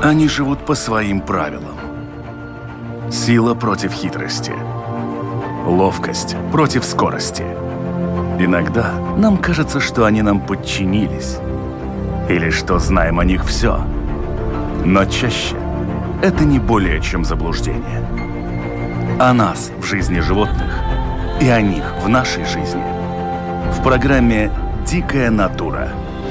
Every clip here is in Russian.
Они живут по своим правилам. Сила против хитрости. Ловкость против скорости. Иногда нам кажется, что они нам подчинились. Или что знаем о них все. Но чаще это не более чем заблуждение. О нас в жизни животных и о них в нашей жизни. В программе «Дикая натура».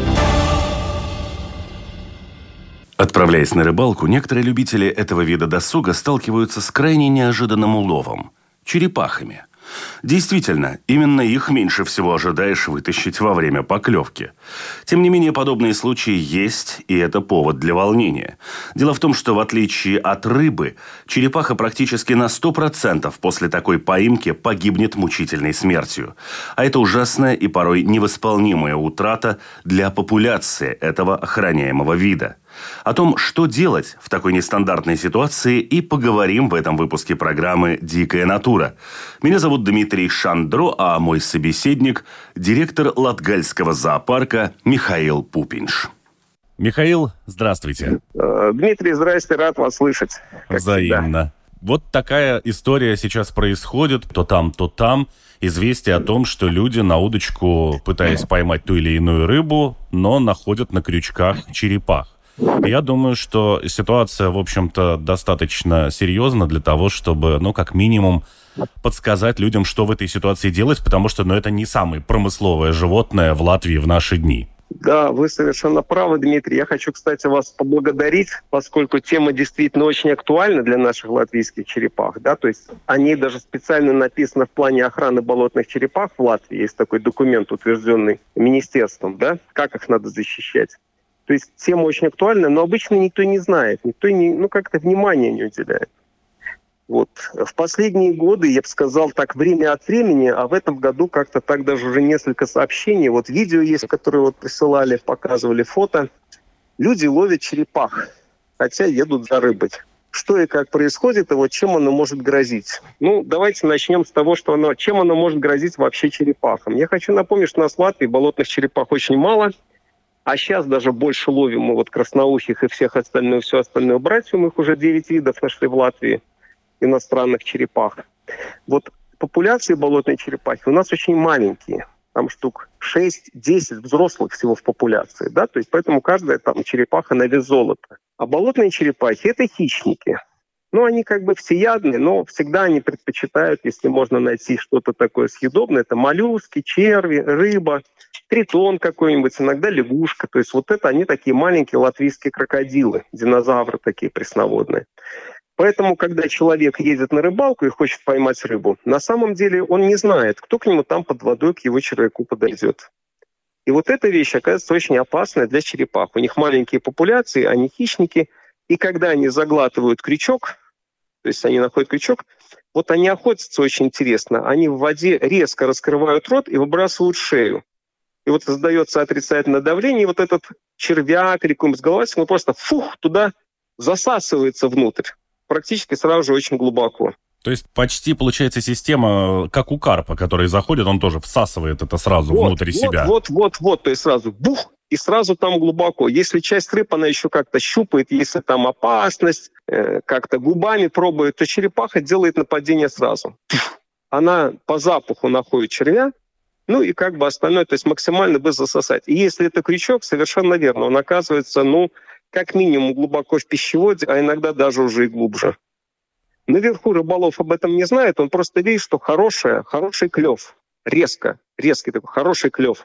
Отправляясь на рыбалку, некоторые любители этого вида досуга сталкиваются с крайне неожиданным уловом – черепахами. Действительно, именно их меньше всего ожидаешь вытащить во время поклевки. Тем не менее, подобные случаи есть, и это повод для волнения. Дело в том, что в отличие от рыбы, черепаха практически на 100% после такой поимки погибнет мучительной смертью. А это ужасная и порой невосполнимая утрата для популяции этого охраняемого вида. О том, что делать в такой нестандартной ситуации, и поговорим в этом выпуске программы «Дикая натура». Меня зовут Дмитрий Шандро, а мой собеседник – директор Латгальского зоопарка Михаил Пупинш. Михаил, здравствуйте. Дмитрий, здрасте, рад вас слышать. Взаимно. Вот такая история сейчас происходит, то там. Известие о том, что люди на удочку, пытаясь поймать ту или иную рыбу, но находят на крючках черепах. Я думаю, что ситуация, в общем-то, достаточно серьезна для того, чтобы, как минимум, подсказать людям, что в этой ситуации делать, потому что, это не самое промысловое животное в Латвии в наши дни. Да, вы совершенно правы, Дмитрий. Я хочу, кстати, вас поблагодарить, поскольку тема действительно очень актуальна для наших латвийских черепах. Да? То есть они даже специально написаны в плане охраны болотных черепах в Латвии. Есть такой документ, утвержденный министерством, да? Как их надо защищать. То есть тема очень актуальна, но обычно никто не знает, никто как-то внимания не уделяет. Вот. В последние годы, я бы сказал так, время от времени, а в этом году как-то так даже уже несколько сообщений. Вот видео есть, которые присылали, показывали фото. Люди ловят черепах, хотя едут за рыбой. Что и как происходит, и чем оно может грозить. Давайте начнем с того, чем оно может грозить вообще черепахам. Я хочу напомнить, что у нас в Латвии болотных черепах очень мало. А сейчас даже больше ловим мы красноухих и все остальное братьев. Их уже 9 видов нашли в Латвии, иностранных черепах. Популяции болотной черепахи у нас очень маленькие. Там штук 6-10 взрослых всего в популяции. Да? То есть поэтому каждая черепаха на вес золота. А болотные черепахи – это хищники. Они всеядные, но всегда они предпочитают, если можно найти что-то такое съедобное, это моллюски, черви, рыба, тритон какой-нибудь, иногда лягушка. То есть это они такие маленькие латвийские крокодилы, динозавры такие пресноводные. Поэтому, когда человек едет на рыбалку и хочет поймать рыбу, на самом деле он не знает, кто к нему там под водой, к его червяку подойдет. И эта вещь оказывается очень опасная для черепах. У них маленькие популяции, они хищники, и когда они заглатывают крючок, то есть они находят крючок, они охотятся очень интересно. Они в воде резко раскрывают рот и выбрасывают шею. И создается отрицательное давление, и этот червяк или какой-нибудь головастик, он просто туда засасывается внутрь. Практически сразу же очень глубоко. То есть почти получается система, как у карпа, который заходит, он тоже всасывает это сразу внутрь себя. То есть сразу бух, и сразу там глубоко. Если часть рыб, она еще как-то щупает, если там опасность, как-то губами пробует, то черепаха делает нападение сразу. Она по запаху находит червя, и остальное, то есть максимально бы засосать. И если это крючок, совершенно верно, он оказывается, как минимум глубоко в пищеводе, а иногда даже уже и глубже. Наверху рыболов об этом не знает, он просто видит, что хороший клев, резкий такой хороший клев.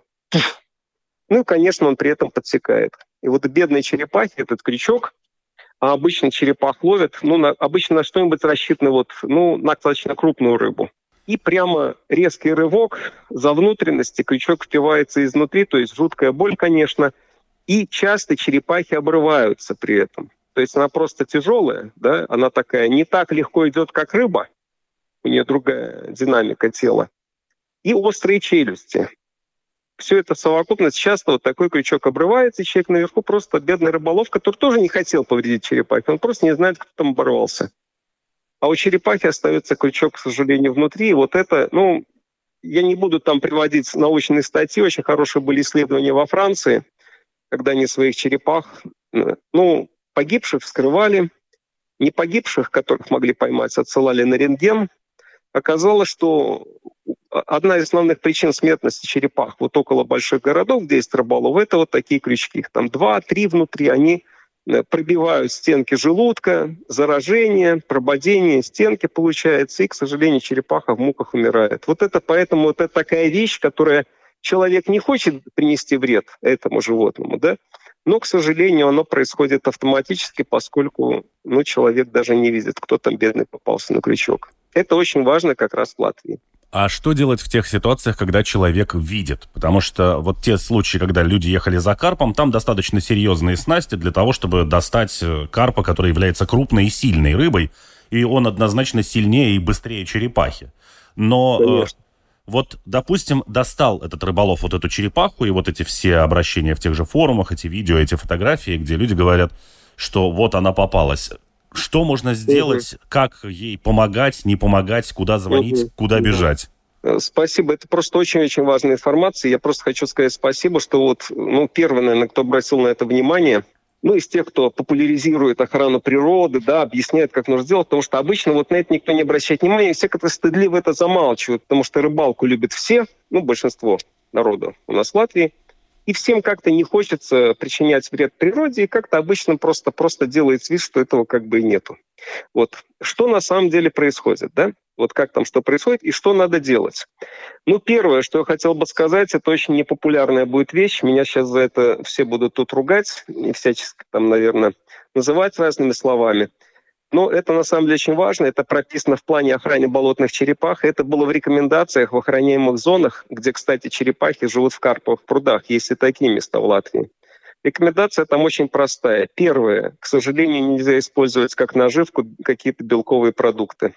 Конечно, он при этом подсекает. И бедные черепахи, этот крючок, а обычно черепах ловят, обычно на что-нибудь рассчитано, на достаточно крупную рыбу. И прямо резкий рывок за внутренности, крючок впивается изнутри, то есть жуткая боль, конечно, и часто черепахи обрываются при этом. То есть она просто тяжелая, да, она такая не так легко идет, как рыба, у нее другая динамика тела, и острые челюсти. Все это совокупность, часто такой крючок обрывается, и человек наверху просто бедный рыболов, который тоже не хотел повредить черепахи, он просто не знает, кто там оборвался. А у черепахи остается крючок, к сожалению, внутри. И это, я не буду там приводить научные статьи, очень хорошие были исследования во Франции, когда они своих черепах, Погибших вскрывали, не погибших, которых могли поймать, отсылали на рентген. Оказалось, что одна из основных причин смертности черепах вот около больших городов, где есть рыболов, это вот такие крючки. Их там 2-3 внутри, они пробивают стенки желудка, заражение, прободение стенки получается, и, к сожалению, черепаха в муках умирает. Поэтому вот это такая вещь, которая человек не хочет принести вред этому животному, да, но, к сожалению, оно происходит автоматически, поскольку человек даже не видит, кто там бедный попался на крючок. Это очень важно как раз в Латвии. А что делать в тех ситуациях, когда человек видит? Потому что вот те случаи, когда люди ехали за карпом, там достаточно серьезные снасти для того, чтобы достать карпа, который является крупной и сильной рыбой, и он однозначно сильнее и быстрее черепахи. Но вот, допустим, достал этот рыболов вот эту черепаху, и вот эти все обращения в тех же форумах, эти видео, эти фотографии, где люди говорят, что вот она попалась. Что можно сделать, как ей помогать, не помогать, куда звонить, куда бежать? Спасибо, это просто очень-очень важная информация. Я просто хочу сказать спасибо, что первый, наверное, кто обратил на это внимание, из тех, кто популяризирует охрану природы, да, объясняет, как нужно сделать, потому что обычно вот на это никто не обращает внимания, и все как-то стыдливо это замалчивают, потому что рыбалку любят все, большинство народа у нас в Латвии, и всем как-то не хочется причинять вред природе, и как-то обычно просто делается вид, что этого как бы и нету. Вот. Что на самом деле происходит, да? Вот как там что происходит и что надо делать? Первое, что я хотел бы сказать, это очень непопулярная будет вещь. Меня сейчас за это все будут тут ругать и всячески там, наверное, называть разными словами. Но это на самом деле очень важно. Это прописано в плане охраны болотных черепах. Это было в рекомендациях в охраняемых зонах, где, кстати, черепахи живут в карповых прудах. Есть и такие места в Латвии. Рекомендация там очень простая. Первое. К сожалению, нельзя использовать как наживку какие-то белковые продукты.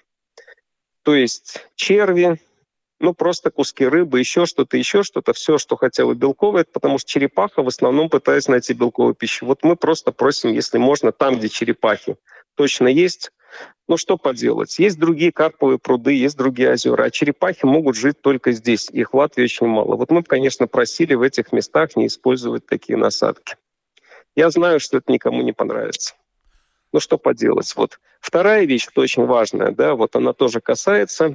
То есть черви, просто куски рыбы, еще что-то, все, что хотя бы белковое, потому что черепаха в основном пытается найти белковую пищу. Вот мы просто просим, если можно, там, где черепахи точно есть, что поделать. Есть другие карповые пруды, есть другие озера, а черепахи могут жить только здесь. Их в Латвии очень мало. Вот мы бы, конечно, просили в этих местах не использовать такие насадки. Я знаю, что это никому не понравится. Что поделать. Вот. Вторая вещь, что очень важная, да, вот она тоже касается.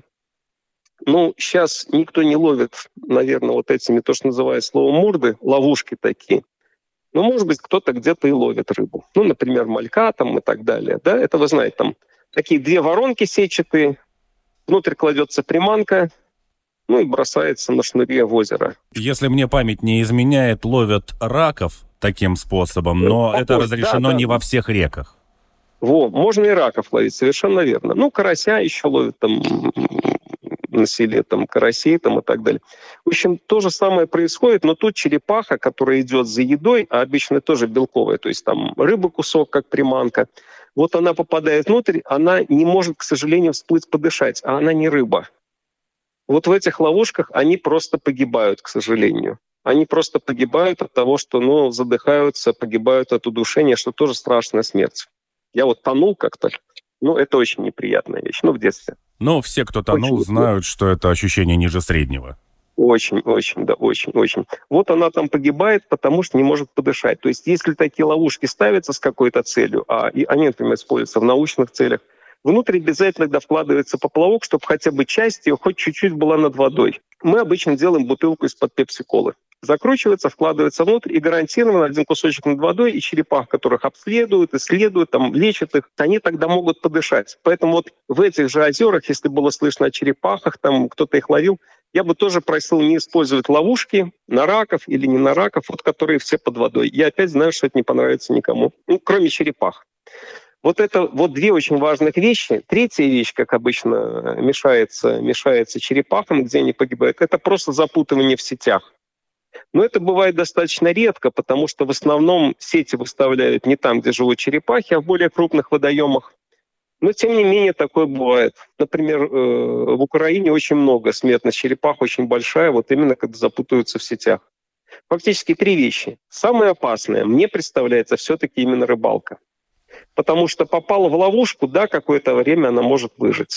Сейчас никто не ловит, наверное, вот этими, то, что называют словом мурды, ловушки такие. Может быть, кто-то где-то и ловит рыбу. Например, малька там и так далее. Да? Это, вы знаете, там такие 2 воронки сетчатые, внутрь кладется приманка, и бросается на шнуре в озеро. Если мне память не изменяет, ловят раков таким способом, но это разрешено не во всех реках. Можно и раков ловить, совершенно верно. Карася еще ловят там на селе, там, карасей там, и так далее. В общем, то же самое происходит, но тут черепаха, которая идет за едой, а обычно тоже белковая, то есть там рыба кусок, как приманка, вот она попадает внутрь, она не может, к сожалению, всплыть подышать, а она не рыба. Вот в этих ловушках они просто погибают, к сожалению. Они просто погибают от того, что, задыхаются, погибают от удушения, что тоже страшная смерть. Я вот тонул как-то, это очень неприятная вещь, в детстве. Но все, кто тонул, знают, что это ощущение ниже среднего. Очень, да, очень. Вот она там погибает, потому что не может подышать. То есть если такие ловушки ставятся с какой-то целью, и они, например, используются в научных целях, внутрь обязательно вкладывается поплавок, чтобы хотя бы часть ее хоть чуть-чуть была над водой. Мы обычно делаем бутылку из-под пепси-колы. Закручивается, вкладывается внутрь, и гарантированно один кусочек над водой, и черепах, которых обследуют, исследуют, там, лечат их, они тогда могут подышать. Поэтому вот в этих же озерах, если было слышно о черепахах, там кто-то их ловил, я бы тоже просил не использовать ловушки на раков или не на раков, которые все под водой. Я опять знаю, что это не понравится никому, кроме черепах. Вот это 2 очень важных вещи. Третья вещь, как обычно, мешается черепахам, где они погибают, это просто запутывание в сетях. Но это бывает достаточно редко, потому что в основном сети выставляют не там, где живут черепахи, а в более крупных водоемах. Но, тем не менее, такое бывает. Например, в Украине очень много смертность черепах, очень большая, вот именно когда запутаются в сетях. Фактически 3 вещи. Самое опасное, мне представляется, все-таки именно рыбалка. Потому что попала в ловушку, да, какое-то время она может выжить.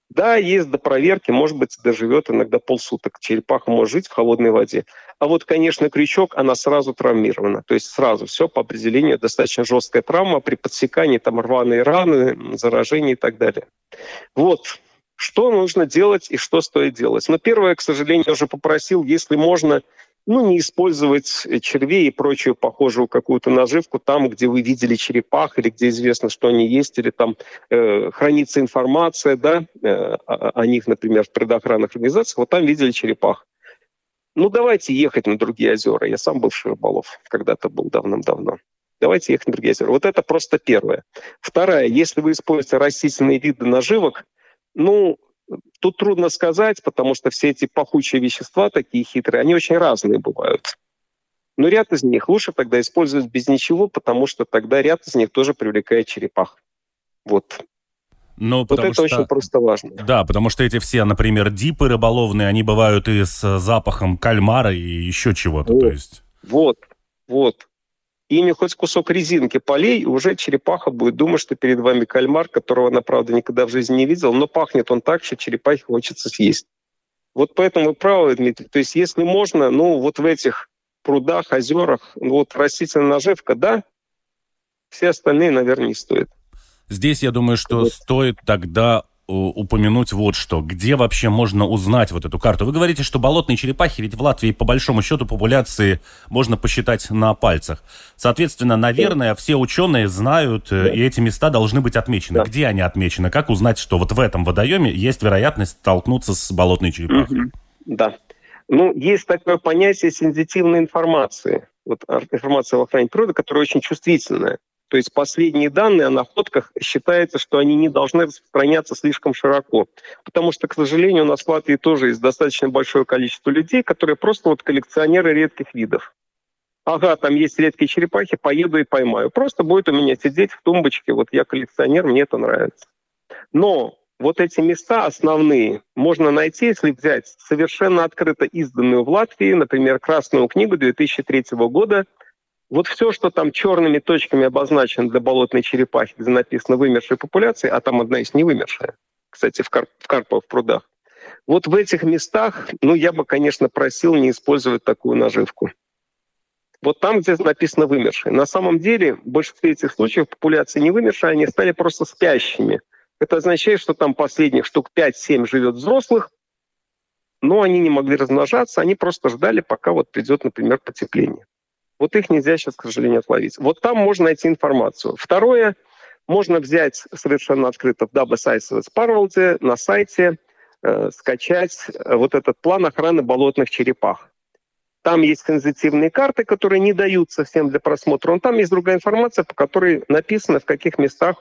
Да, есть до проверки, может быть, доживет иногда полсуток. Черепаха может жить в холодной воде. А вот, конечно, крючок, она сразу травмирована. То есть сразу все по определению достаточно жесткая травма. При подсекании там рваные раны, заражение и так далее. Вот. Что нужно делать и что стоит делать? Но первое, к сожалению, я уже попросил, если можно, не использовать червей и прочую похожую какую-то наживку там, где вы видели черепах, или где известно, что они есть, или там хранится информация, да, о них, например, в предохранных организациях, вот там видели черепах. Давайте ехать на другие озера. Я сам бывший рыболов, когда-то был давным-давно. Давайте ехать на другие озера. Вот это просто первое. Второе, если вы используете растительные виды наживок, тут трудно сказать, потому что все эти пахучие вещества, такие хитрые, они очень разные бывают. Но ряд из них лучше тогда использовать без ничего, потому что тогда ряд из них тоже привлекает черепах. Вот. Ну, вот это что... очень просто важно. Да, потому что эти все, например, дипы рыболовные, они бывают и с запахом кальмара и еще чего-то. Вот, то есть... вот. Ими хоть кусок резинки полей, уже черепаха будет думать, что перед вами кальмар, которого она, правда, никогда в жизни не видела, но пахнет он так, что черепахе хочется съесть. Вот поэтому вы правы, Дмитрий. То есть если можно, вот в этих прудах, озерах, растительная наживка, да, все остальные, наверное, не стоит. Здесь, я думаю, что стоит тогда упомянуть вот что. Где вообще можно узнать вот эту карту? Вы говорите, что болотные черепахи, ведь в Латвии, по большому счету, популяции можно посчитать на пальцах. Соответственно, наверное, все ученые знают, и эти места должны быть отмечены. Где они отмечены? Как узнать, что вот в этом водоеме есть вероятность столкнуться с болотной черепахой? Да. Есть такое понятие сенситивной информации. Вот информация в охране природы, которая очень чувствительная. То есть последние данные о находках считается, что они не должны распространяться слишком широко. Потому что, к сожалению, у нас в Латвии тоже есть достаточно большое количество людей, которые просто коллекционеры редких видов. Ага, там есть редкие черепахи, поеду и поймаю. Просто будет у меня сидеть в тумбочке, вот я коллекционер, мне это нравится. Но вот эти места основные можно найти, если взять совершенно открыто изданную в Латвии, например, Красную книгу 2003 года. Вот все, что там черными точками обозначено для болотной черепахи, где написано «вымершая популяция», а там одна есть не вымершая, кстати, в карповых прудах. Вот в этих местах, я бы, конечно, просил не использовать такую наживку. Вот там, где написано «вымершая». На самом деле, в большинстве этих случаев популяции не вымершие, они стали просто спящими. Это означает, что там последних штук 5-7 живет взрослых, но они не могли размножаться, они просто ждали, пока придет, например, потепление. Вот их нельзя сейчас, к сожалению, отловить. Вот там можно найти информацию. Второе, можно взять совершенно открыто в Dabas на сайте, скачать вот этот план охраны болотных черепах. Там есть сенситивные карты, которые не даются всем для просмотра. Но там есть другая информация, по которой написано, в каких местах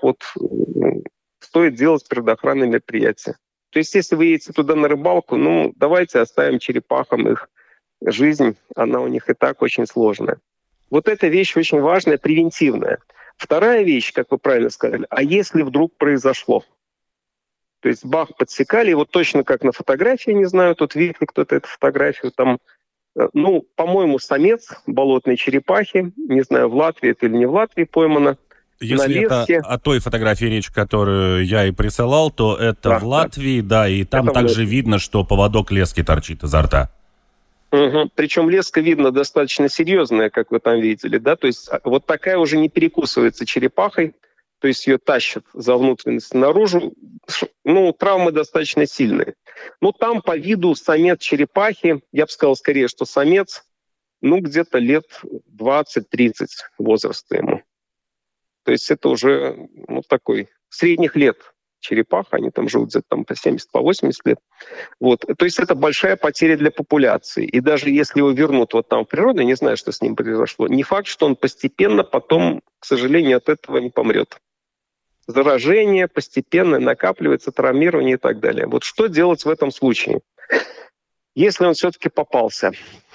стоит делать природоохранные мероприятия. То есть, если вы едете туда на рыбалку, давайте оставим черепахам их жизнь, она у них и так очень сложная. Вот эта вещь очень важная, превентивная. Вторая вещь, как вы правильно сказали, а если вдруг произошло? То есть бах, подсекали, и точно как на фотографии, не знаю, тут видит ли кто-то эту фотографию, там, по-моему, самец болотной черепахи, не знаю, в Латвии это или не в Латвии поймано. Если это о той фотографии речь, которую я и присылал, то это в Латвии, да, и там также видно, что поводок лески торчит изо рта. Угу. Причем леска видно достаточно серьезная, как вы там видели, да, то есть вот такая уже не перекусывается черепахой, то есть ее тащат за внутренность наружу, травмы достаточно сильные. Там по виду самец черепахи, я бы сказал скорее, что самец, где-то лет 20-30 возраста ему. То есть это уже, такой средних лет черепаха, они там живут где-то по 70-80 лет. То есть это большая потеря для популяции. И даже если его вернут там в природу, я не знаю, что с ним произошло, не факт, что он постепенно потом, к сожалению, от этого не помрет. Заражение постепенно накапливается, травмирование и так далее. Что делать в этом случае? Если он все-таки попался.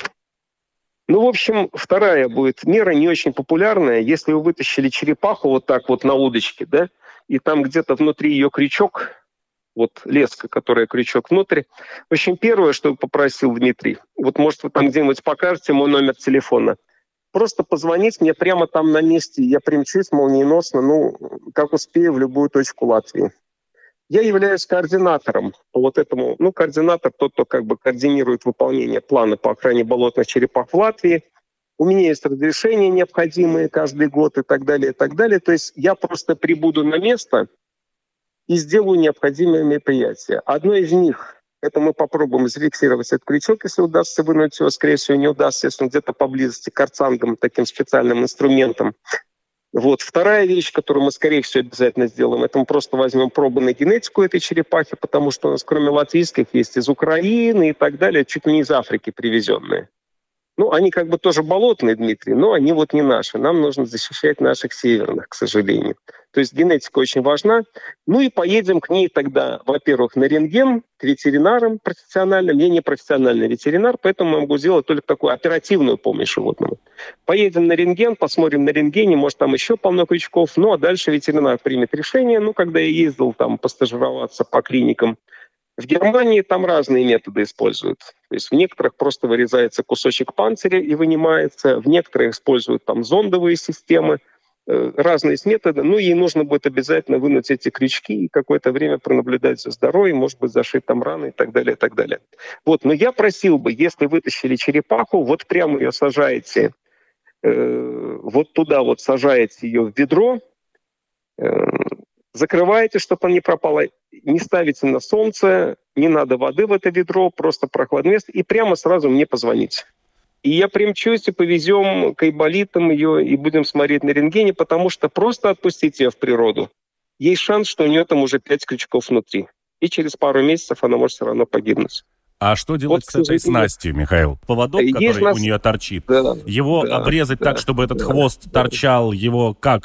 В общем, вторая будет мера не очень популярная. Если вы вытащили черепаху так на удочке, да, и там где-то внутри ее крючок, леска, которая крючок внутри. В общем, первое, что я попросил, Дмитрий, может, вы там где-нибудь покажете мой номер телефона. Просто позвонить мне прямо там на месте. Я примчусь молниеносно, как успею, в любую точку Латвии. Я являюсь координатором по вот этому. Ну, координатор тот, кто как бы координирует выполнение плана по охране болотных черепах в Латвии. У меня есть разрешения необходимые каждый год и так далее, и так далее. То есть я просто прибуду на место и сделаю необходимые мероприятия. Одно из них — это мы попробуем зафиксировать этот крючок, если удастся вынуть его. Скорее всего, не удастся, если он где-то поблизости к карцангам, таким специальным инструментом. Вот. Вторая вещь, которую мы, скорее всего, обязательно сделаем, это мы просто возьмем пробы на генетику этой черепахи, потому что у нас, кроме латвийских, есть из Украины и так далее, чуть ли не из Африки привезенные. Ну, они как бы тоже болотные, Дмитрий, но они вот не наши. Нам нужно защищать наших северных, к сожалению. То есть генетика очень важна. Ну и поедем к ней тогда, во-первых, на рентген, к ветеринарам профессиональным. Я не профессиональный ветеринар, поэтому могу сделать только такую оперативную помощь животному. Поедем на рентген, посмотрим на рентгене, может, там еще полно крючков. Ну, а дальше ветеринар примет решение. Ну, когда я ездил там постажироваться по клиникам, в Германии там разные методы используют. То есть в некоторых просто вырезается кусочек панциря и вынимается, в некоторых используют там зондовые системы, разные методы. Ну, ей нужно будет обязательно вынуть эти крючки и какое-то время пронаблюдать за здоровьем, может быть, зашить там раны и так далее, и так далее. Вот, но я просил бы, если вытащили черепаху, вот прямо ее сажаете, вот туда вот сажаете ее в ведро, закрываете, чтобы она не пропала, не ставите на солнце, не надо воды в это ведро, просто прохладное место, и прямо сразу мне позвоните. И я примчусь и повезем к айболитам ее, и будем смотреть на рентгене, потому что просто отпустить ее в природу. Есть шанс, что у нее там уже 5 крючков внутри. И через пару месяцев она может все равно погибнуть. А что делать вот с этой снастью, Михаил? Поводок, который у нее торчит, его обрезать так, чтобы этот хвост торчал, его как...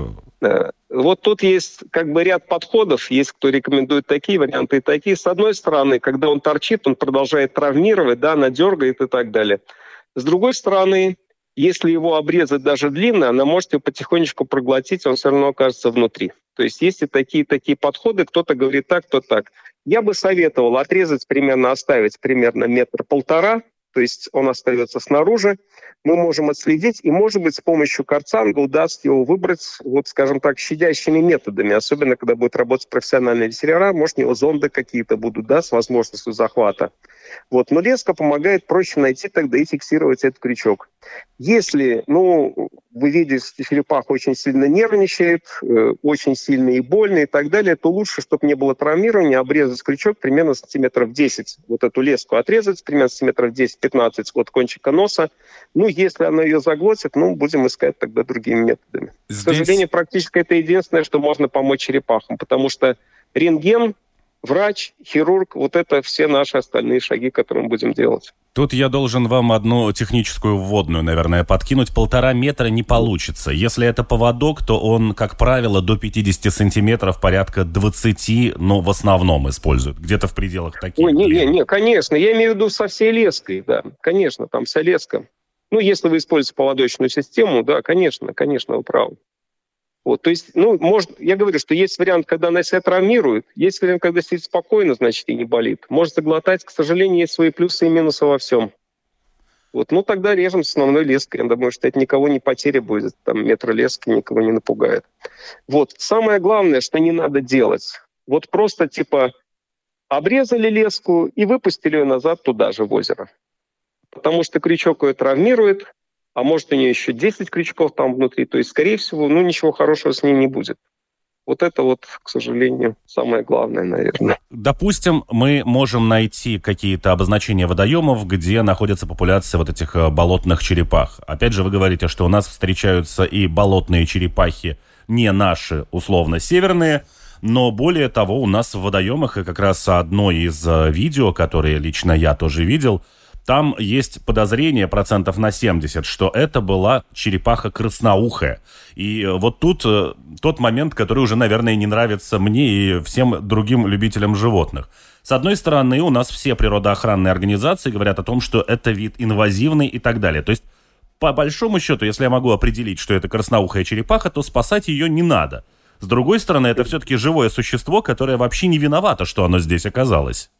Вот тут есть как бы ряд подходов, есть кто рекомендует такие варианты и такие. С одной стороны, когда он торчит, он продолжает травмировать, да, она дергает и так далее. С другой стороны, если его обрезать даже длинно, она может его потихонечку проглотить, он все равно окажется внутри. То есть есть и такие подходы, кто-то говорит так, кто так. Я бы советовал отрезать примерно, оставить примерно 1,5 метра, то есть он остается снаружи. Мы можем отследить, и, может быть, с помощью карцанга удастся его выбрать, вот, скажем так, щадящими методами, особенно когда будет работать профессиональный ветеринар, может, у него зонды какие-то будут, да, с возможностью захвата. Вот. Но леска помогает проще найти тогда и фиксировать этот крючок. Если, вы видите, черепаха очень сильно нервничает, очень сильно и больно и так далее, то лучше, чтобы не было травмирования, обрезать крючок примерно сантиметров 10. Вот эту леску отрезать примерно сантиметров 10-15 от кончика носа. Если она ее заглотит, будем искать тогда другими методами. К сожалению, практически это единственное, что можно помочь черепахам, потому что рентген, врач, хирург, вот это все наши остальные шаги, которые мы будем делать. Тут я должен вам одну техническую вводную, наверное, подкинуть. 1,5 метра не получится. Если это поводок, то он, как правило, до 50 сантиметров, порядка 20, в основном используют. Где-то в пределах таких. Не, конечно. Я имею в виду со всей леской, да. Конечно, там вся леска. Если вы используете поводочную систему, да, конечно, вы правы. Вот, то есть, я говорю, что есть вариант, когда она себя травмирует, есть вариант, когда сидит спокойно, значит, и не болит. Может заглотать, к сожалению, есть свои плюсы и минусы во всем. Вот, тогда режем с основной леской. Я думаю, что это никого не потеря будет, там, метр лески никого не напугает. Вот, самое главное, что не надо делать. Вот просто, обрезали леску и выпустили ее назад туда же, в озеро. Потому что крючок ее травмирует, а может, у нее еще 10 крючков там внутри. То есть, скорее всего, ничего хорошего с ней не будет. Вот это к сожалению, самое главное, наверное. Допустим, мы можем найти какие-то обозначения водоемов, где находится популяция вот этих болотных черепах. Опять же, вы говорите, что у нас встречаются и болотные черепахи, не наши, условно, северные, но более того, у нас в водоемах, и как раз одно из видео, которые лично я тоже видел, там есть подозрение 70%, что это была черепаха красноухая. И вот тут тот момент, который уже, наверное, не нравится мне и всем другим любителям животных. С одной стороны, у нас все природоохранные организации говорят о том, что это вид инвазивный и так далее. То есть, по большому счету, если я могу определить, что это красноухая черепаха, то спасать ее не надо. С другой стороны, это все-таки живое существо, которое вообще не виновато, что оно здесь оказалось.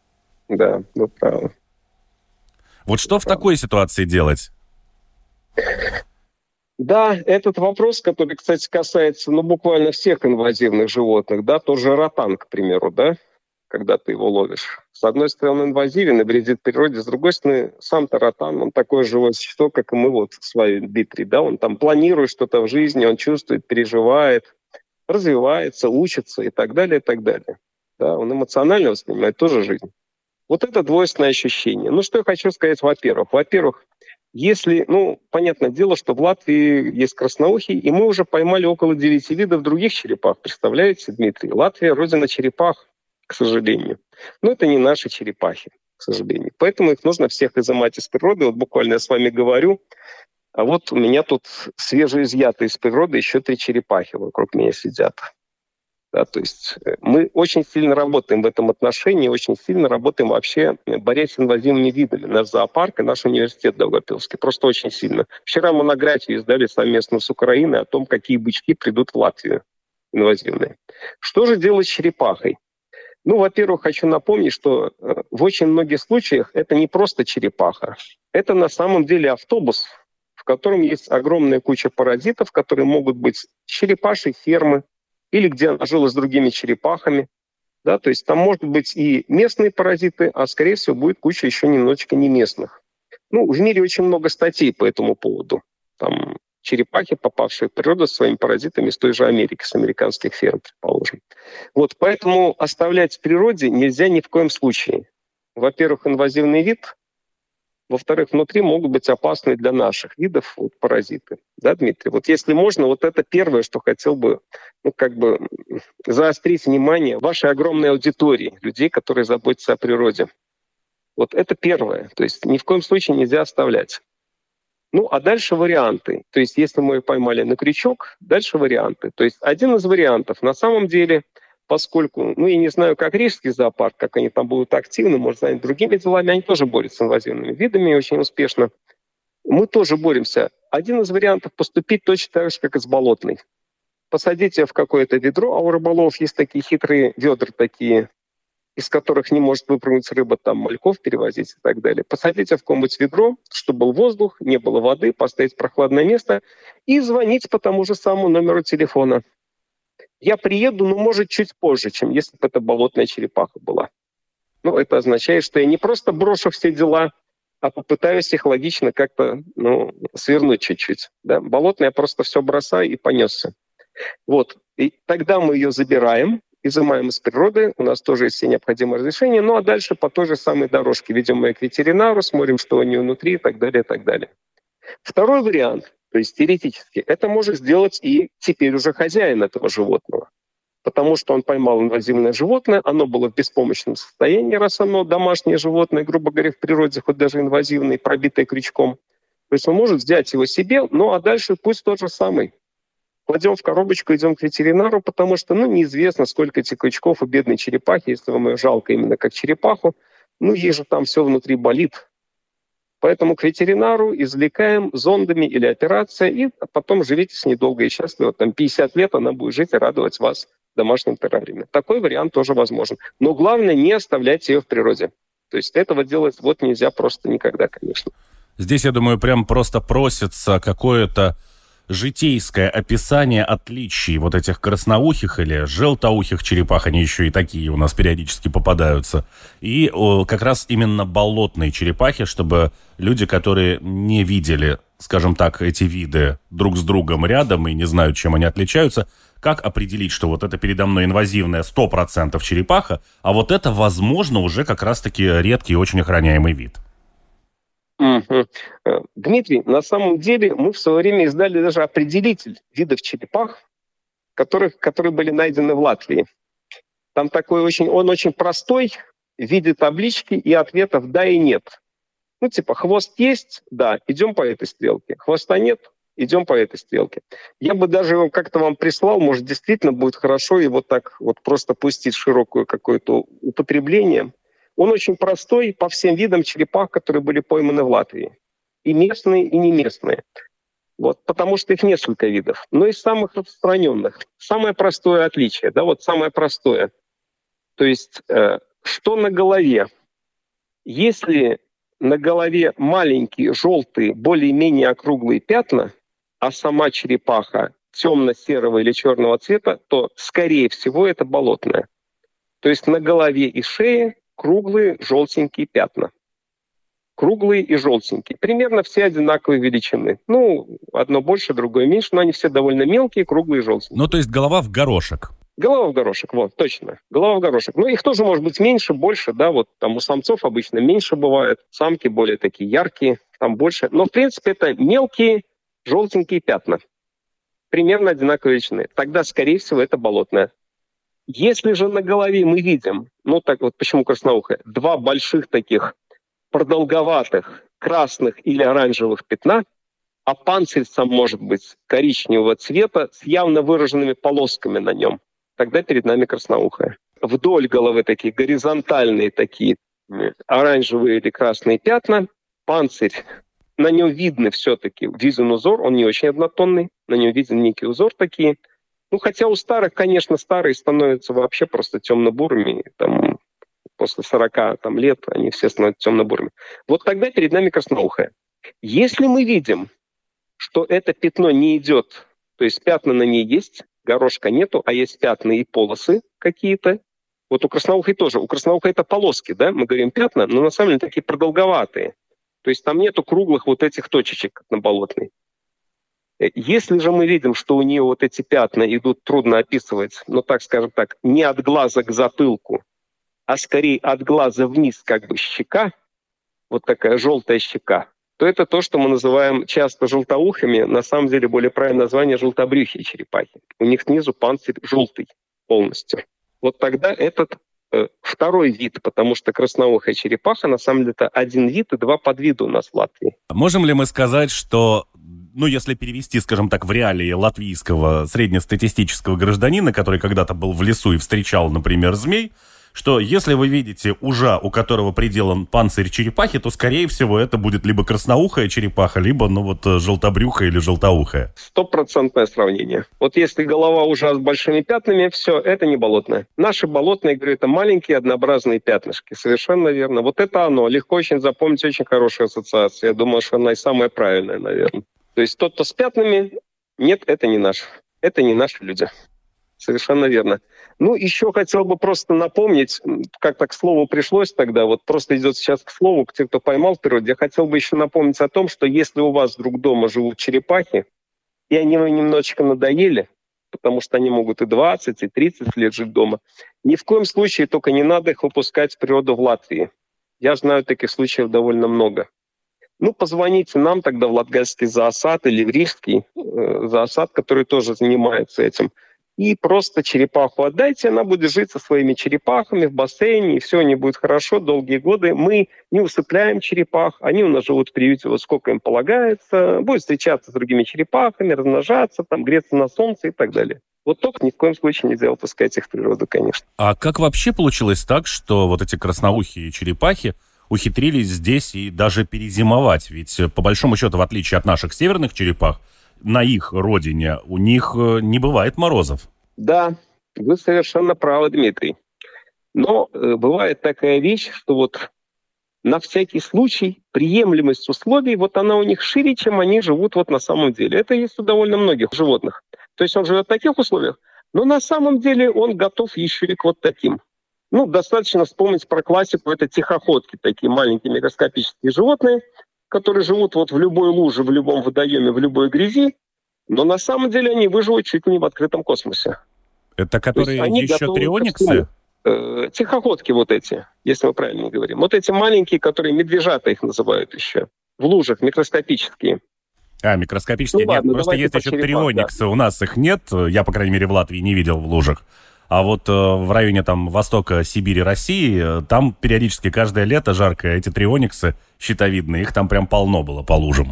Да, вы правы. Вот что в такой ситуации делать? Да, этот вопрос, который, кстати, касается, буквально всех инвазивных животных, да, тот же ротан, к примеру, да, когда ты его ловишь. С одной стороны, он инвазивен и вредит природе, с другой стороны, сам-то ротан, он такое живое существо, как и мы вот с вами, Дмитрий, да, он там планирует что-то в жизни, он чувствует, переживает, развивается, учится и так далее, и так далее. Да, он эмоционально воспринимает тоже жизнь. Вот это двойственное ощущение. Что я хочу сказать, во-первых. Во-первых, если, понятное дело, что в Латвии есть красноухий, и мы уже поймали около 9 видов других черепах. Представляете, Дмитрий? Латвия — родина черепах, к сожалению. Но это не наши черепахи, к сожалению. Поэтому их нужно всех изымать из природы. Вот буквально я с вами говорю, а вот у меня тут свежеизъятые из природы еще 3 черепахи вокруг меня сидят. Да, то есть мы очень сильно работаем в этом отношении, очень сильно работаем вообще, борясь с инвазивными видами. Наш зоопарк и наш университет Даугавпилский. Просто очень сильно. Вчера монографию издали совместно с Украиной о том, какие бычки придут в Латвию инвазивные. Что же делать с черепахой? Во-первых, хочу напомнить, что в очень многих случаях это не просто черепаха. Это на самом деле автобус, в котором есть огромная куча паразитов, которые могут быть с черепашьей фермы, или где она жила с другими черепахами. Да, то есть там может быть и местные паразиты, а скорее всего будет куча еще немножечко не местных. В мире очень много статей по этому поводу. Там черепахи, попавшие в природу со своими паразитами из той же Америки, с американских ферм, предположим. Поэтому оставлять в природе нельзя ни в коем случае. Во-первых, инвазивный вид. Во-вторых, внутри могут быть опасны для наших видов паразиты. Да, Дмитрий? Если можно, это первое, что хотел бы, заострить внимание вашей огромной аудитории, людей, которые заботятся о природе. Это первое. То есть ни в коем случае нельзя оставлять. А дальше варианты. То есть если мы поймали на крючок, дальше варианты. То есть один из вариантов на самом деле, поскольку, я не знаю, как Рижский зоопарк, как они там будут активны, может, занять другими делами, они тоже борются с инвазивными видами очень успешно. Мы тоже боремся. Один из вариантов — поступить точно так же, как и с болотной. Посадить ее в какое-то ведро, а у рыболов есть такие хитрые ведра такие, из которых не может выпрыгнуть рыба, там мальков перевозить и так далее. Посадить ее в какое-нибудь ведро, чтобы был воздух, не было воды, поставить в прохладное место и звонить по тому же самому номеру телефона. Я приеду, может, чуть позже, чем если бы это болотная черепаха была. Это означает, что я не просто брошу все дела, а попытаюсь их логично как-то свернуть чуть-чуть. Да? Болотная я просто все бросаю и понесся. И тогда мы ее забираем, изымаем из природы, у нас тоже есть все необходимые разрешения, а дальше по той же самой дорожке ведем ее к ветеринару, смотрим, что у нее внутри и так далее, и так далее. Второй вариант, то есть теоретически, это может сделать и теперь уже хозяин этого животного. Потому что он поймал инвазивное животное, оно было в беспомощном состоянии, раз оно домашнее животное, грубо говоря, в природе, хоть даже инвазивное, пробитое крючком. То есть он может взять его себе, а дальше пусть тот же самый. Кладем в коробочку, идем к ветеринару, потому что, неизвестно, сколько этих крючков у бедной черепахи, если вам ее жалко именно как черепаху, ей же там все внутри болит. Поэтому к ветеринару извлекаем зондами или операцией, и потом живите с ней долго и счастливо. 50 лет она будет жить и радовать вас в домашнем террариуме. Такой вариант тоже возможен. Но главное, не оставлять ее в природе. То есть этого делать нельзя просто никогда, конечно. Здесь, я думаю, прям просто просится какое-то житейское описание отличий этих красноухих или желтоухих черепах, они еще и такие у нас периодически попадаются, и как раз именно болотные черепахи, чтобы люди, которые не видели, скажем так, эти виды друг с другом рядом и не знают, чем они отличаются, как определить, что это передо мной инвазивная 100% черепаха, а это, возможно, уже как раз-таки редкий и очень охраняемый вид. Угу. Дмитрий, на самом деле мы в свое время издали даже определитель видов черепах, которые были найдены в Латвии. Там он очень простой, в виде таблички и ответов «да» и «нет». Хвост есть, да, идем по этой стрелке. Хвоста нет, идем по этой стрелке. Я бы даже как-то вам прислал, может, действительно будет хорошо его так просто пустить в широкое какое-то употребление. Он очень простой по всем видам черепах, которые были пойманы в Латвии. И местные, и не местные. Потому что их несколько видов. Но из самых распространенных. Самое простое отличие, самое простое. То есть, что на голове? Если на голове маленькие, желтые, более-менее округлые пятна, а сама черепаха темно-серого или черного цвета, то, скорее всего, это болотная. То есть на голове и шее круглые желтенькие пятна. Круглые и желтенькие. Примерно все одинаковой величины. Ну, одно больше, другое меньше, но они все довольно мелкие, круглые и желтенькие. Ну, то есть голова в горошек. Голова в горошек, вот, точно. Голова в горошек. Ну, их тоже может быть меньше, больше, да, вот там у самцов обычно меньше бывает, самки более такие яркие, там больше. Но, в принципе, это мелкие желтенькие пятна. Примерно одинаковой величины. Тогда, скорее всего, это болотная. Если же на голове мы видим, ну, так вот, почему красноухая, два больших таких продолговатых красных или оранжевых пятна, а панцирь сам может быть коричневого цвета с явно выраженными полосками на нем, тогда перед нами красноухая. Вдоль головы такие горизонтальные такие оранжевые или красные пятна, панцирь, на нем видно все-таки, виден узор, он не очень однотонный, на нем виден некий узор такие. Ну, хотя у старых, конечно, старые становятся вообще просто темно-бурыми, там, после 40 лет они все становятся темно-бурыми. Вот тогда перед нами красноухая. Если мы видим, что это пятно не идет, то есть пятна на ней есть, горошка нету, а есть пятна и полосы какие-то. Вот у красноухой тоже. У красноухой это полоски, да, мы говорим пятна, но на самом деле такие продолговатые. То есть там нету круглых вот этих точечек, как на болотной. Если же мы видим, что у нее вот эти пятна идут, трудно описывать, но так скажем так, не от глаза к затылку, а скорее от глаза вниз, как бы щека, вот такая желтая щека, то это то, что мы называем часто желтоухими, на самом деле более правильное название желтобрюхие черепахи. У них снизу панцирь желтый полностью. Вот тогда этот второй вид, потому что красноухая черепаха, на самом деле, это один вид и два подвида у нас в Латвии. Можем ли мы сказать, что, ну, если перевести, скажем так, в реалии латвийского среднестатистического гражданина, который когда-то был в лесу и встречал, например, змей, что если вы видите ужа, у которого приделан панцирь черепахи, то, скорее всего, это будет либо красноухая черепаха, либо, ну, вот, желтобрюхая или желтоухая. 100% сравнение. Вот если голова ужа с большими пятнами, все, это не болотное. Наши болотные, говорю, это маленькие однообразные пятнышки. Совершенно верно. Вот это оно. Легко очень запомнить, очень хорошая ассоциация. Я думаю, что она и самая правильная, наверное. То есть тот, кто с пятнами, нет, это не наш. Это не наши люди. Совершенно верно. Ну, еще хотел бы просто напомнить, как-то к слову пришлось тогда, вот просто идет сейчас к слову, к тем, кто поймал в природе, я хотел бы еще напомнить о том, что если у вас вдруг дома живут черепахи, и они вам немножечко надоели, потому что они могут и 20, и 30 лет жить дома, ни в коем случае только не надо их выпускать в природу в Латвии. Я знаю таких случаев довольно много. Ну, позвоните нам тогда в Латгальский зоосад или в Рижский зоосад, который тоже занимается этим. И просто черепаху отдайте, она будет жить со своими черепахами в бассейне, и все, не будет хорошо долгие годы. Мы не усыпляем черепах, они у нас живут в приюте, вот сколько им полагается, будет встречаться с другими черепахами, размножаться, там, греться на солнце и так далее. Вот только ни в коем случае нельзя выпускать их в природу, конечно. А как вообще получилось так, что вот эти красноухие черепахи ухитрились здесь и даже перезимовать? Ведь, по большому счету, в отличие от наших северных черепах, на их родине у них не бывает морозов. Да, вы совершенно правы, Дмитрий. Но бывает такая вещь, что вот на всякий случай приемлемость условий, вот она у них шире, чем они живут вот на самом деле. Это есть у довольно многих животных. То есть он живет в таких условиях, но на самом деле он готов еще и к вот таким. Ну, достаточно вспомнить про классику, это тихоходки, такие маленькие микроскопические животные, которые живут вот в любой луже, в любом водоеме, в любой грязи, но на самом деле они выживут чуть ли не в открытом космосе. Это которые еще триониксы? Тихоходки вот эти, если мы правильно говорим. Вот эти маленькие, которые медвежата их называют еще, в лужах, микроскопические. Микроскопические нет, ладно, просто есть еще триониксы, да. У нас их нет, я, по крайней мере, в Латвии не видел в лужах. А вот в районе там востока Сибири, России, там периодически каждое лето жаркое эти триониксы щитовидные, их там прям полно было по лужам.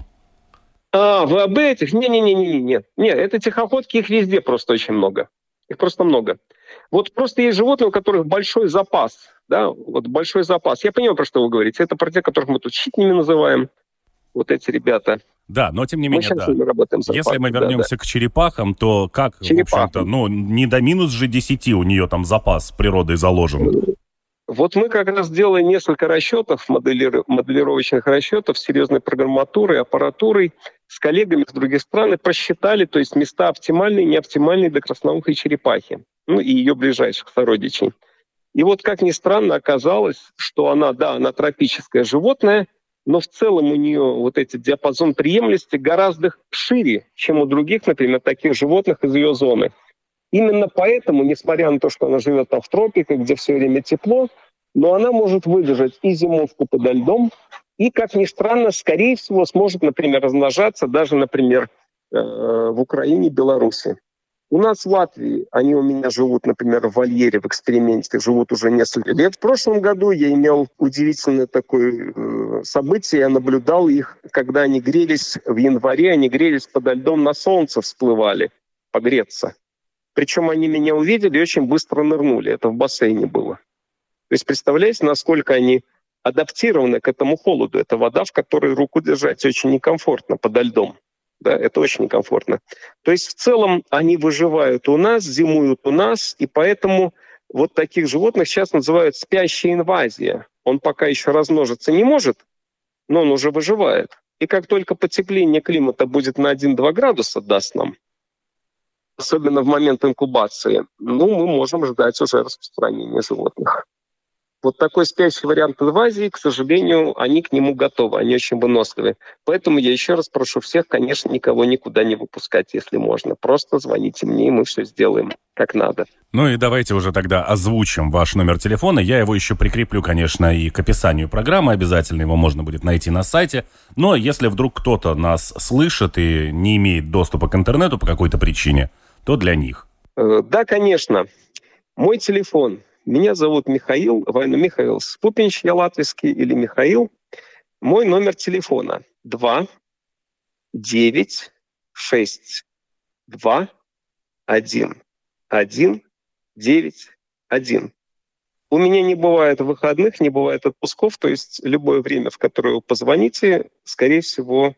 Вы об этих? Не, это тихоходки, их везде просто очень много. Их просто много. Вот просто есть животные, у которых большой запас, да, вот большой запас. Я понимаю, про что вы говорите. Это про те, которых мы тут щитными называем. Вот эти ребята. Да, но тем не менее, да. Если мы вернемся к черепахам, то как, в общем-то, не до минус же 10 у нее там запас природой заложен. Вот мы как раз делали несколько расчетов, моделировочных расчетов с серьезной программатурой, аппаратурой, с коллегами из других стран и просчитали, то есть места оптимальные и неоптимальные для красноухой черепахи, ну и ее ближайших сородичей. И вот, как ни странно, оказалось, что она тропическое животное, но в целом у нее вот этот диапазон приемлемости гораздо шире, чем у других, например, таких животных из ее зоны. Именно поэтому, несмотря на то, что она живет там в тропиках, где все время тепло, но она может выдержать и зимовку подо льдом, и, как ни странно, скорее всего, сможет, например, размножаться даже, например, в Украине, Беларуси. У нас в Латвии, они у меня живут, например, в вольере, в эксперименте, живут уже несколько лет. В прошлом году я имел удивительное такое событие, я наблюдал их, когда они грелись в январе, они грелись подо льдом, на солнце всплывали погреться. Причем они меня увидели и очень быстро нырнули, это в бассейне было. То есть представляете, насколько они адаптированы к этому холоду. Это вода, в которой руку держать очень некомфортно подо льдом. Да, это очень некомфортно. То есть в целом они выживают у нас, зимуют у нас, и поэтому вот таких животных сейчас называют спящая инвазия. Он пока еще размножиться не может, но он уже выживает. И как только потепление климата будет на 1-2 градуса, даст нам, особенно в момент инкубации, мы можем ждать уже распространения животных. Вот такой спящий вариант инвазии, к сожалению, они к нему готовы, они очень выносливы. Поэтому я еще раз прошу всех, конечно, никого никуда не выпускать, если можно. Просто звоните мне, и мы все сделаем как надо. Ну и давайте уже тогда озвучим ваш номер телефона. Я его еще прикреплю, конечно, и к описанию программы. Обязательно его можно будет найти на сайте. Но если вдруг кто-то нас слышит и не имеет доступа к интернету по какой-то причине, то для них. Да, конечно. Мой телефон. Меня зовут Михаил, Михаил Спупинч, я латвийский, или Михаил. Мой номер телефона 2 9 6 2 1 1 9 1. У меня не бывает выходных, не бывает отпусков, то есть любое время, в которое вы позвоните, скорее всего,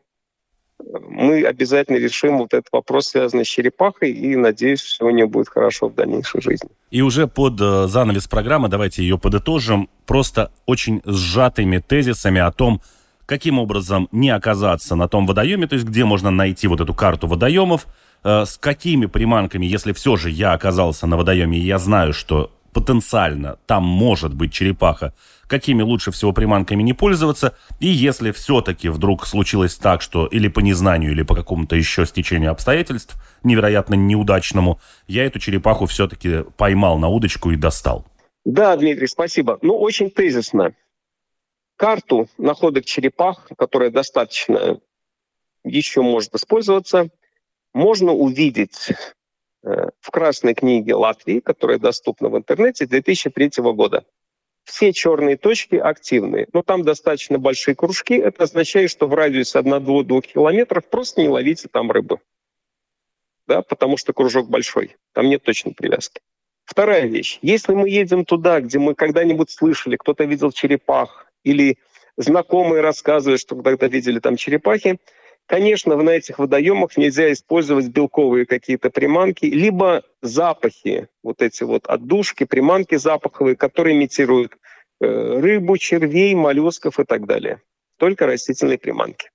мы обязательно решим вот этот вопрос, связанный с черепахой, и, надеюсь, все у нее будет хорошо в дальнейшей жизни. И уже под занавес программы, давайте ее подытожим, просто очень сжатыми тезисами о том, каким образом не оказаться на том водоеме, то есть где можно найти вот эту карту водоемов, с какими приманками, если все же я оказался на водоеме, и я знаю, что потенциально там может быть черепаха, какими лучше всего приманками не пользоваться, и если все-таки вдруг случилось так, что или по незнанию, или по какому-то еще стечению обстоятельств, невероятно неудачному, я эту черепаху все-таки поймал на удочку и достал. Да, Дмитрий, спасибо. Очень тезисно. Карту находок черепах, которая достаточно еще может использоваться, можно увидеть в Красной книге Латвии, которая доступна в интернете, 2003 года. Все черные точки активны. Но там достаточно большие кружки. Это означает, что в радиусе 1-2 километров просто не ловите там рыбу. Да, потому что кружок большой. Там нет точной привязки. Вторая вещь. Если мы едем туда, где мы когда-нибудь слышали, кто-то видел черепах, или знакомые рассказывают, что когда-то видели там черепахи, конечно, на этих водоемах нельзя использовать белковые какие-то приманки, либо запахи, вот эти вот отдушки, приманки запаховые, которые имитируют рыбу, червей, моллюсков и так далее. Только растительные приманки.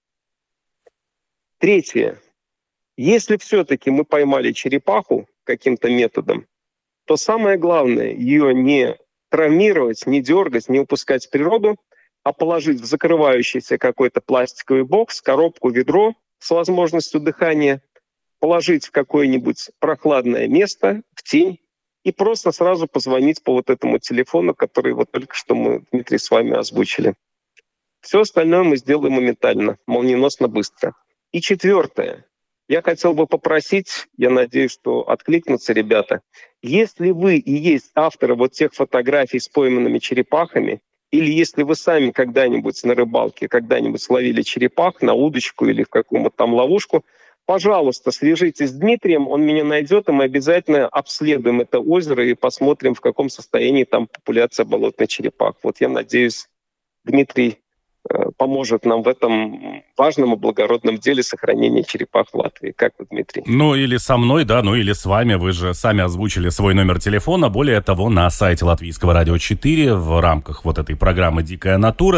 Третье. Если все-таки мы поймали черепаху каким-то методом, то самое главное ее не травмировать, не дергать, не упускать в природу, а положить в закрывающийся какой-то пластиковый бокс, коробку, ведро с возможностью дыхания, положить в какое-нибудь прохладное место, в тень, и просто сразу позвонить по вот этому телефону, который вот только что мы, Дмитрий, с вами озвучили. Все остальное мы сделаем моментально, молниеносно, быстро. И четвертое. Я хотел бы попросить, я надеюсь, что откликнутся ребята, если вы и есть авторы вот тех фотографий с пойманными черепахами, или если вы сами когда-нибудь на рыбалке, когда-нибудь словили черепах на удочку или в какую-то там ловушку, пожалуйста, свяжитесь с Дмитрием, он меня найдет, и мы обязательно обследуем это озеро и посмотрим, в каком состоянии там популяция болотных черепах. Вот я надеюсь, Дмитрий поможет нам в этом важном и благородном деле сохранения черепах в Латвии. Как вы, Дмитрий? Или со мной, да, или с вами. Вы же сами озвучили свой номер телефона. Более того, на сайте Латвийского радио 4 в рамках вот этой программы «Дикая натура»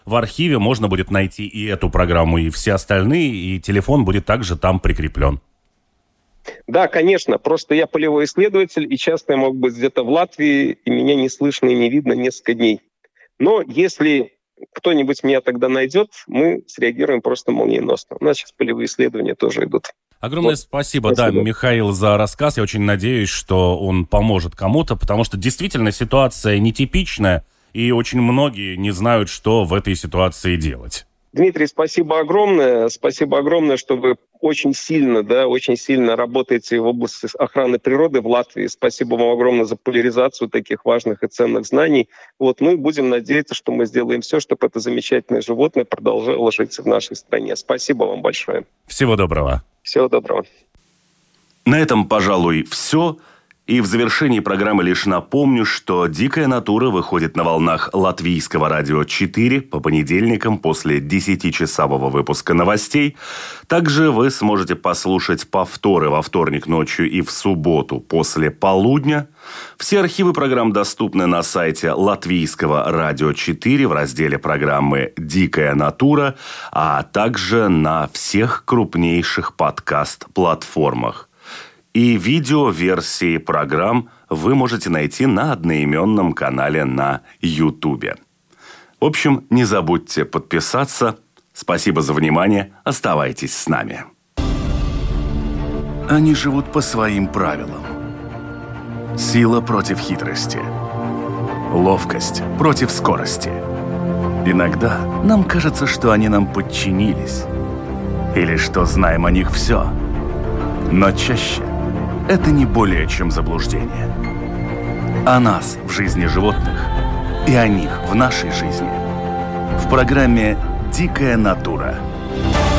в архиве можно будет найти и эту программу, и все остальные, и телефон будет также там прикреплен. Да, конечно. Просто я полевой исследователь, и часто я мог быть где-то в Латвии, и меня не слышно и не видно несколько дней. Но если кто-нибудь меня тогда найдет, мы среагируем просто молниеносно. У нас сейчас полевые исследования тоже идут. Огромное спасибо, да, Михаил, за рассказ. Я очень надеюсь, что он поможет кому-то, потому что действительно ситуация нетипичная, и очень многие не знают, что в этой ситуации делать. Дмитрий, спасибо огромное. Спасибо огромное, что вы очень сильно работаете в области охраны природы в Латвии. Спасибо вам огромное за популяризацию таких важных и ценных знаний. Мы будем надеяться, что мы сделаем все, чтобы это замечательное животное продолжало жить в нашей стране. Спасибо вам большое. Всего доброго. Всего доброго. На этом, пожалуй, все. И в завершении программы лишь напомню, что «Дикая натура» выходит на волнах Латвийского радио 4 по понедельникам после 10-часового выпуска новостей. Также вы сможете послушать повторы во вторник ночью и в субботу после полудня. Все архивы программ доступны на сайте Латвийского радио 4 в разделе программы «Дикая натура», а также на всех крупнейших подкаст-платформах. И видеоверсии программ вы можете найти на одноименном канале на Ютубе. В общем, не забудьте подписаться. Спасибо за внимание. Оставайтесь с нами. Они живут по своим правилам. Сила против хитрости. Ловкость против скорости. Иногда нам кажется, что они нам подчинились. Или что знаем о них все. Но чаще это не более чем заблуждение. О нас в жизни животных и о них в нашей жизни. В программе «Дикая натура».